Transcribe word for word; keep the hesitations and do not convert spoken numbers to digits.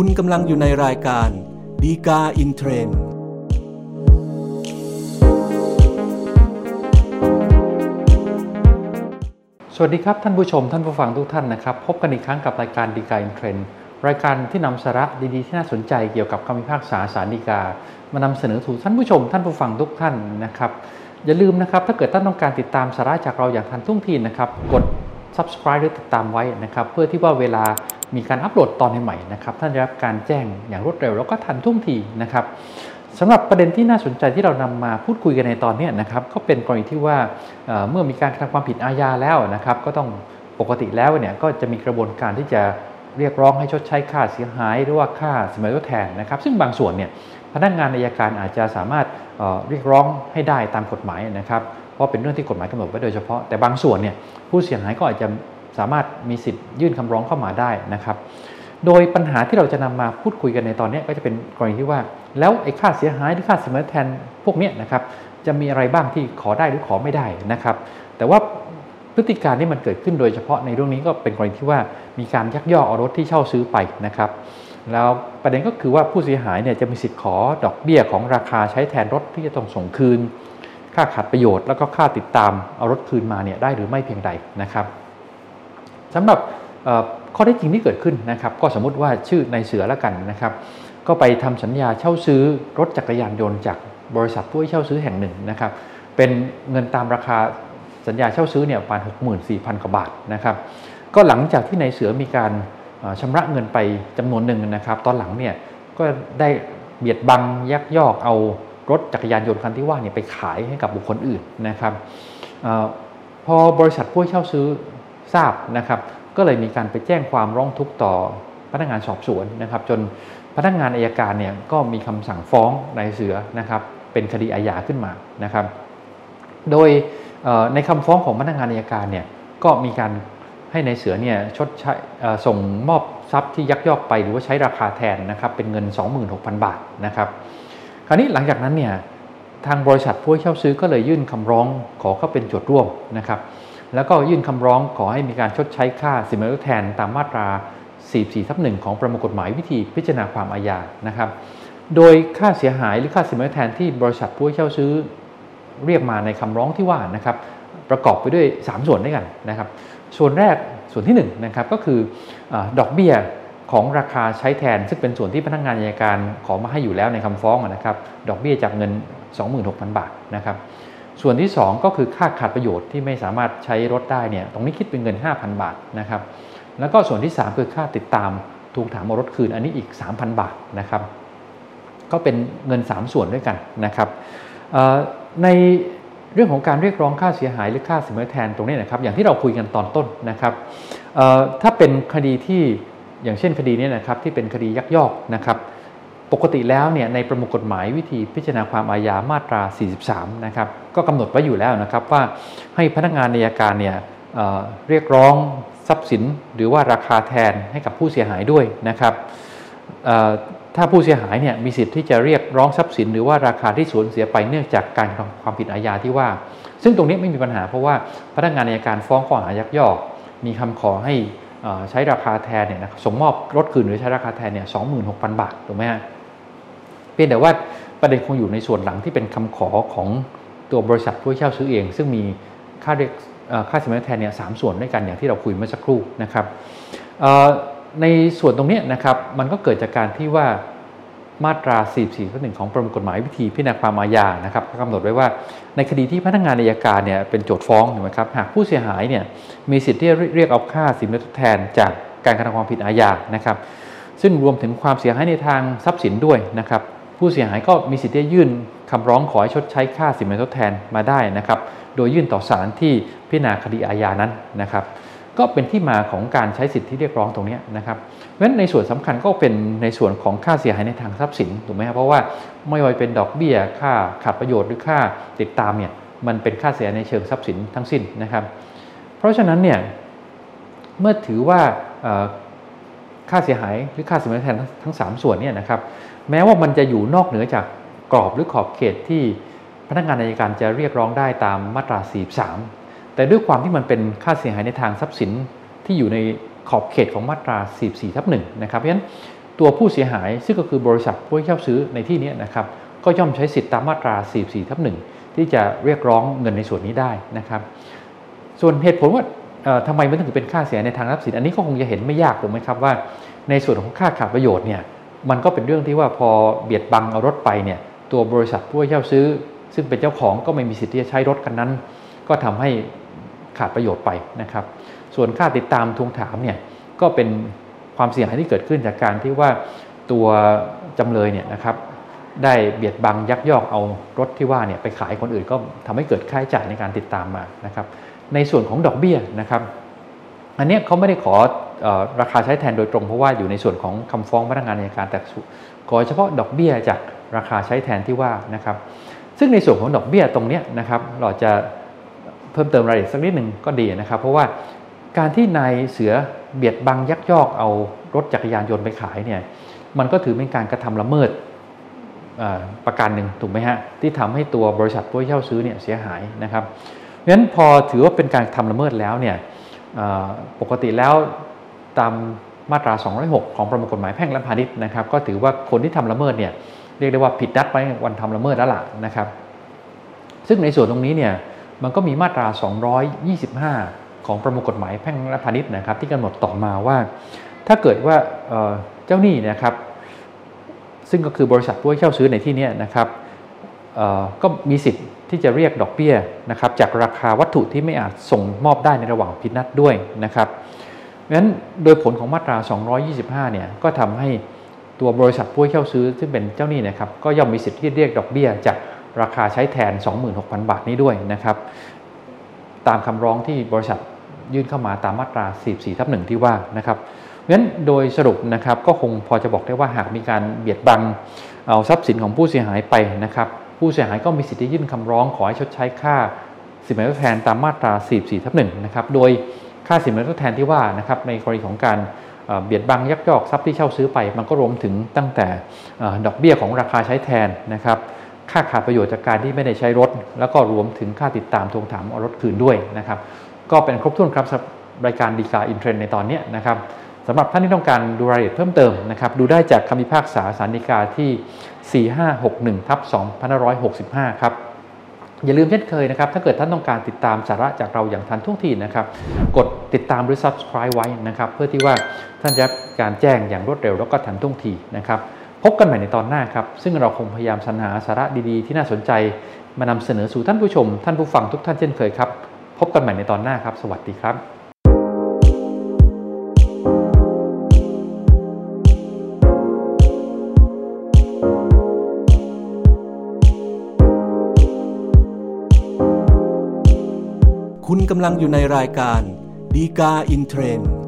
คุณกำลังอยู่ในรายการดีกาอินเทรนด์สวัสดีครับท่านผู้ชมท่านผู้ฟังทุกท่านนะครับพบกันอีกครั้งกับรายการดีกาอินเทรนด์รายการที่นำสาระดีๆที่น่าสนใจเกี่ยวกับคำพิพากษาศาลฎีกามานำเสนอสู่ท่านผู้ชมท่านผู้ฟังทุกท่านนะครับอย่าลืมนะครับถ้าเกิดท่านต้องการติดตามสาระจากเราอย่างทันท่วงทีนะครับกด Subscribe หรือติดตามไว้นะครับเพื่อที่ว่าเวลามีการอัปโหลดตอนใหม่ๆนะครับท่านจะรับการแจ้งอย่างรวดเร็วแล้วก็ทันท่วงทีนะครับสำหรับประเด็นที่น่าสนใจที่เรานำมาพูดคุยกันในตอนนี้นะครับก็เป็นกรณีที่ว่าเอ่อเมื่อมีการกระทำความผิดอาญาแล้วนะครับก็ต้องปกติแล้วเนี่ยก็จะมีกระบวนการที่จะเรียกร้องให้ชดใช้ค่าเสียหายหรือว่าค่าสินไหมทดแทนนะครับซึ่งบางส่วนเนี่ยพนักงานอัยการอาจจะสามารถเอ่อเรียกร้องให้ได้ตามกฎหมายนะครับเพราะเป็นเรื่องที่กฎหมายกำหนดไว้โดยเฉพาะแต่บางส่วนเนี่ยผู้เสียหายก็อาจจะสามารถมีสิทธิ์ยื่นคำร้องเข้ามาได้นะครับโดยปัญหาที่เราจะนำมาพูดคุยกันในตอนนี้ก็จะเป็นกรณีที่ว่าแล้วไอ้ค่าเสียหายหรือค่าสินไหมทดแทนพวกนี้นะครับจะมีอะไรบ้างที่ขอได้หรือขอไม่ได้นะครับแต่ว่าพฤติการที่มันเกิดขึ้นโดยเฉพาะในเรื่องนี้ก็เป็นกรณีที่ว่ามีการยักยอกเอารถที่เช่าซื้อไปนะครับแล้วประเด็นก็คือว่าผู้เสียหายเนี่ยจะมีสิทธิ์ขอดอกเบี้ยของราคาใช้แทนรถที่จะต้องส่งคืนค่าขาดประโยชน์แล้วก็ค่าติดตามเอารถคืนมาเนี่ยได้หรือไม่เพียงใดนะครับสำหรับข้อเท็จจริงที่เกิดขึ้นนะครับก็สมมติว่าชื่อนายเสือแล้วกันนะครับก็ไปทำสัญญาเช่าซื้อรถจักรยานยนต์จากบริษัทผู้ให้เช่าซื้อแห่งหนึ่งนะครับเป็นเงินตามราคาสัญญาเช่าซื้อเนี่ยประมาณ หกหมื่นสี่พัน กว่าบาทนะครับก็หลังจากที่นายเสือมีการชำระเงินไปจำนวนหนึ่งนะครับตอนหลังเนี่ยก็ได้เบียดบังยักยอกเอารถจักรยานยนต์คันที่ว่าเนี่ยไปขายให้กับบุคคลอื่นนะครับพอบริษัทผู้ให้เช่าซื้อทราบนะครับก็เลยมีการไปแจ้งความร้องทุกข์ต่อพนักงานสอบสวนนะครับจนพนักงานอัยการเนี่ยก็มีคำสั่งฟ้องนายเสือนะครับเป็นคดีอาญาขึ้นมานะครับโดยในคำฟ้องของพนักงานอัยการเนี่ยก็มีการให้นายเสือเนี่ยชดใช้ส่งมอบทรัพย์ที่ยักยอกไปหรือว่าใช้ราคาแทนนะครับเป็นเงิน สองหมื่นหกพัน บาทนะครับคราวนี้หลังจากนั้นเนี่ยทางบริษัทผู้ให้เช่าซื้อก็เลยยื่นคำร้องขอเข้าเป็นโจทย์ร่วมนะครับแล้วก็ยื่นคำร้องขอให้มีการชดใช้ค่าสินไหมทดแทนตามมาตรา สี่สิบสี่ทับหนึ่ง ของประมวลกฎหมายวิธีพิจารณาความอาญานะครับโดยค่าเสียหายหรือค่าสินไหมทดแทนที่บริษัทผู้ให้เช่าซื้อเรียกมาในคำร้องที่ว่านะครับประกอบไปด้วยสามส่วนด้วยกันนะครับส่วนแรกส่วนที่หนึ่งนะครับก็คือดอกเบี้ยของราคาใช้แทนซึ่งเป็นส่วนที่พนักงานอัยการขอมาให้อยู่แล้วในคำฟ้องนะครับดอกเบี้ยจากเงิน สองหมื่นหกพัน บาทนะครับส่วนที่สองก็คือค่าขาดประโยชน์ที่ไม่สามารถใช้รถได้เนี่ยตรงนี้คิดเป็นเงิน ห้าพัน บาทนะครับแล้วก็ส่วนที่สามคือค่าติดตามทวงถามเอารถคืนอันนี้อีก สามพัน บาทนะครับก็เป็นเงินสามส่วนด้วยกันนะครับในเรื่องของการเรียกร้องค่าเสียหายหรือค่าสินไหมทดแทนตรงนี้นะครับอย่างที่เราคุยกันตอนต้นนะครับถ้าเป็นคดีที่อย่างเช่นคดีนี้นะครับที่เป็นคดียักยอกนะครับปกติแล้วเนี่ยในประมวลกฎหมายวิธีพิจารณาความอาญามาตราสี่สิบสามนะครับก็กำหนดไว้อยู่แล้วนะครับว่าให้พนักงานอัยการเนี่ย เอ่อ เรียกร้องทรัพย์สินหรือว่าราคาแทนให้กับผู้เสียหายด้วยนะครับถ้าผู้เสียหายเนี่ยมีสิทธิ์ที่จะเรียกร้องทรัพย์สินหรือว่าราคาที่สูญเสียไปเนื่องจากการกระทำความผิดอาญาที่ว่าซึ่งตรงนี้ไม่มีปัญหาเพราะว่าพนักงานอัยการฟ้องข้อหายักยอกมีคำขอให้ใช้ราคาแทนเนี่ยนะส่งมอบรถคืนหรือใช้ราคาแทนเนี่ย สองหมื่นหกพัน บาทถูกไหมฮะเพียงแต่ว่าประเด็นคงอยู่ในส่วนหลังที่เป็นคำขอของตัวบริษัทผู้ให้เช่าซื้อเองซึ่งมีค่าเรียกค่าสินไหมทดแทนเนี่ยสามส่วนด้วยกันอย่างที่เราคุยเมื่อสักครู่นะครับในส่วนตรงนี้นะครับมันก็เกิดจากการที่ว่ามาตรา สี่สิบสี่ทับหนึ่ง ของประมวลกฎหมายวิธีพิจารณาความอาญานะครับกำหนดไว้ว่าในคดีที่พนักงานอัยการเนี่ยเป็นโจทก์ฟ้องถูกไหมครับหากผู้เสียหายเนี่ยมีสิทธิ์ที่เรียกเอาค่าสินไหมทดแทนจากการกระทำความผิดอาญานะครับซึ่งรวมถึงความเสียหายในทางทรัพย์สินด้วยนะครับผู้เสียหายก็มีสิทธิ์ที่ยื่นคำร้องขอให้ชดใช้ค่าสินไหมทดแทนมาได้นะครับโดยยื่นต่อศาลที่พิจารณาคดีอาญานั้นนะครับก็เป็นที่มาของการใช้สิทธิที่เรียกร้องตรงนี้นะครับเพราะฉะนั้นในส่วนสำคัญก็เป็นในส่วนของค่าเสียหายในทางทรัพย์สินถูกไหมครับเพราะว่าไม่ว่าเป็นดอกเบี้ยค่าขาดประโยชน์หรือค่าติดตามเนี่ยมันเป็นค่าเสียหายในเชิงทรัพย์สินทั้งสิ้นนะครับเพราะฉะนั้นเนี่ยเมื่อถือว่าค่าเสียหายหรือค่าสินไหมทดแทนทั้งสามส่วนเนี่ยนะครับแม้ว่ามันจะอยู่นอกเหนือจากกรอบหรือขอบเขตที่พนักงานอัยการจะเรียกร้องได้ตามมาตราสี่สิบสามแต่ด้วยความที่มันเป็นค่าเสียหายในทางทรัพย์สินที่อยู่ในขอบเขตของมาตรา สี่สิบสี่ทับหนึ่ง นะครับเพราะฉะนั้นตัวผู้เสียหายซึ่งก็คือบริษัทผู้ให้เช่าซื้อในที่นี้นะครับก็ย่อมใช้สิทธิตามมาตราสี่สิบสี่ทับหนึ่งที่จะเรียกร้องเงินในส่วนนี้ได้นะครับส่วนเหตุผลว่าทำไมมันถึงเป็นค่าเสียหายในทางทรัพย์สินอันนี้ก็คงจะเห็นไม่ยากถูกไหมครับว่าในส่วนของค่าขาดประโยชน์เนี่ยมันก็เป็นเรื่องที่ว่าพอเบียดบังเอารถไปเนี่ยตัวบริษัทผู้ให้เช่าซื้อซึ่งเป็นเจ้าของก็ไม่มีสิทธิ์ที่จะใช้รถคันนั้นก็ทำให้ขาดประโยชน์ไปนะครับส่วนค่าติดตามทวงถามเนี่ยก็เป็นความเสียหายที่เกิดขึ้นจากการที่ว่าตัวจำเลยเนี่ยนะครับได้เบียดบังยักยอกเอารถที่ว่าเนี่ยไปขายคนอื่นก็ทำให้เกิดค่าใช้จ่ายในการติดตามมานะครับในส่วนของดอกเบี้ยนะครับอันนี้เขาไม่ได้ขอเอ่อราคาใช้แทนโดยตรงเพราะว่าอยู่ในส่วนของคำฟ้องพนักงานอัยการแต่ขอเฉพาะดอกเบี้ยจากราคาใช้แทนที่ว่านะครับซึ่งในส่วนของดอกเบี้ยตรงนี้นะครับเราจะเพิ่มเติมรายละเอียดสักนิดหนึ่งก็ดีนะครับเพราะว่าการที่นายเสือเบียดบังยักยอกเอารถจักรยานยนต์ไปขายเนี่ยมันก็ถือเป็นการกระทำละเมิดประการหนึ่งถูกไหมฮะที่ทำให้ตัวบริษัทผู้ให้เช่าซื้อเนี่ยเสียหายนะครับเพราะฉะนั้นพอถือว่าเป็นการทำละเมิดแล้วเนี่ยปกติแล้วตามมาตราสองร้อยหกของประมวลกฎหมายแพ่งและพาณิชย์นะครับก็ถือว่าคนที่ทำละเมิดเนี่ยเรียกได้ว่าผิดนัดไปวันทำละเมิดแล้วล่ะนะครับซึ่งในส่วนตรงนี้เนี่ยมันก็มีมาตราสองร้อยยี่สิบห้าของประมวลกฎหมายแพ่งและพาณิชย์นะครับที่กำหนดต่อมาว่าถ้าเกิดว่าเจ้าหนี้นะครับซึ่งก็คือบริษัทผู้ให้เช่าซื้อในที่นี้นะครับก็มีสิทธิ์ที่จะเรียกดอกเบี้ยนะครับจากราคาวัตถุที่ไม่อาจส่งมอบได้ในระหว่างผิดนัดด้วยนะครับเพราะฉะนั้นโดยผลของมาตราสองร้อยยี่สิบห้าเนี่ยก็ทำให้ตัวบริษัทผู้ให้เช่าซื้อซึ่งเป็นเจ้าหนี้นะครับก็ย่อมมีสิทธิ์ที่เรียกดอกเบี้ยจากราคาใช้แทน สองหมื่นหกพัน บาทนี้ด้วยนะครับตามคำร้องที่บริษัทยื่นเข้ามาตามมาตราสี่สิบสี่ทับหนึ่งที่ว่านะครับเพราะฉะนั้นโดยสรุปนะครับก็คงพอจะบอกได้ว่าหากมีการเบียดบังเอาทรัพย์สินของผู้เสียหายไปนะครับผู้เสียหายก็มีสิทธิ์ที่ยื่นคำร้องขอให้ชดใช้ค่าสินไหมทดแทนตามมาตราสี่สิบสี่ทับหนึ่งนะครับโดยค่าสินไหมทดแทนที่ว่านะครับในกรณีของการเบียดบังยักยอกทรัพย์ที่เช่าซื้อไปมันก็รวมถึงตั้งแต่ดอกเบี้ยของราคาใช้แทนนะครับค่าขาดประโยชน์จากการที่ไม่ได้ใช้รถแล้วก็รวมถึงค่าติดตามทวงถามเอารถคืนด้วยนะครับก็เป็นครบถ้วนครับรายการดีกาอินเทรนด์ในตอนนี้นะครับสำหรับท่านที่ต้องการดูรายละเอียดเพิ่มเติมนะครับดูได้จากคำพิพากษาศาลฎีกาที่สี่ห้าหกหนึ่งทับสองพันห้าร้อยหกสิบห้าครับอย่าลืมเช่นเคยนะครับถ้าเกิดท่านต้องการติดตามสาระจากเราอย่างทันท่วงทีนะครับกดติดตามหรือ Subscribe ไว้นะครับเพื่อที่ว่าท่านจะการแจ้งอย่างรวดเร็วแล้วก็ทันท่วงทีนะครับพบกันใหม่ในตอนหน้าครับซึ่งเราคงพยายามสรรหาสาระดีๆที่น่าสนใจมานำเสนอสู่ท่านผู้ชมท่านผู้ฟังทุกท่านเช่นเคยครับพบกันใหม่ในตอนหน้าครับสวัสดีครับคุณกำลังอยู่ในรายการดีกาอินเทรนด์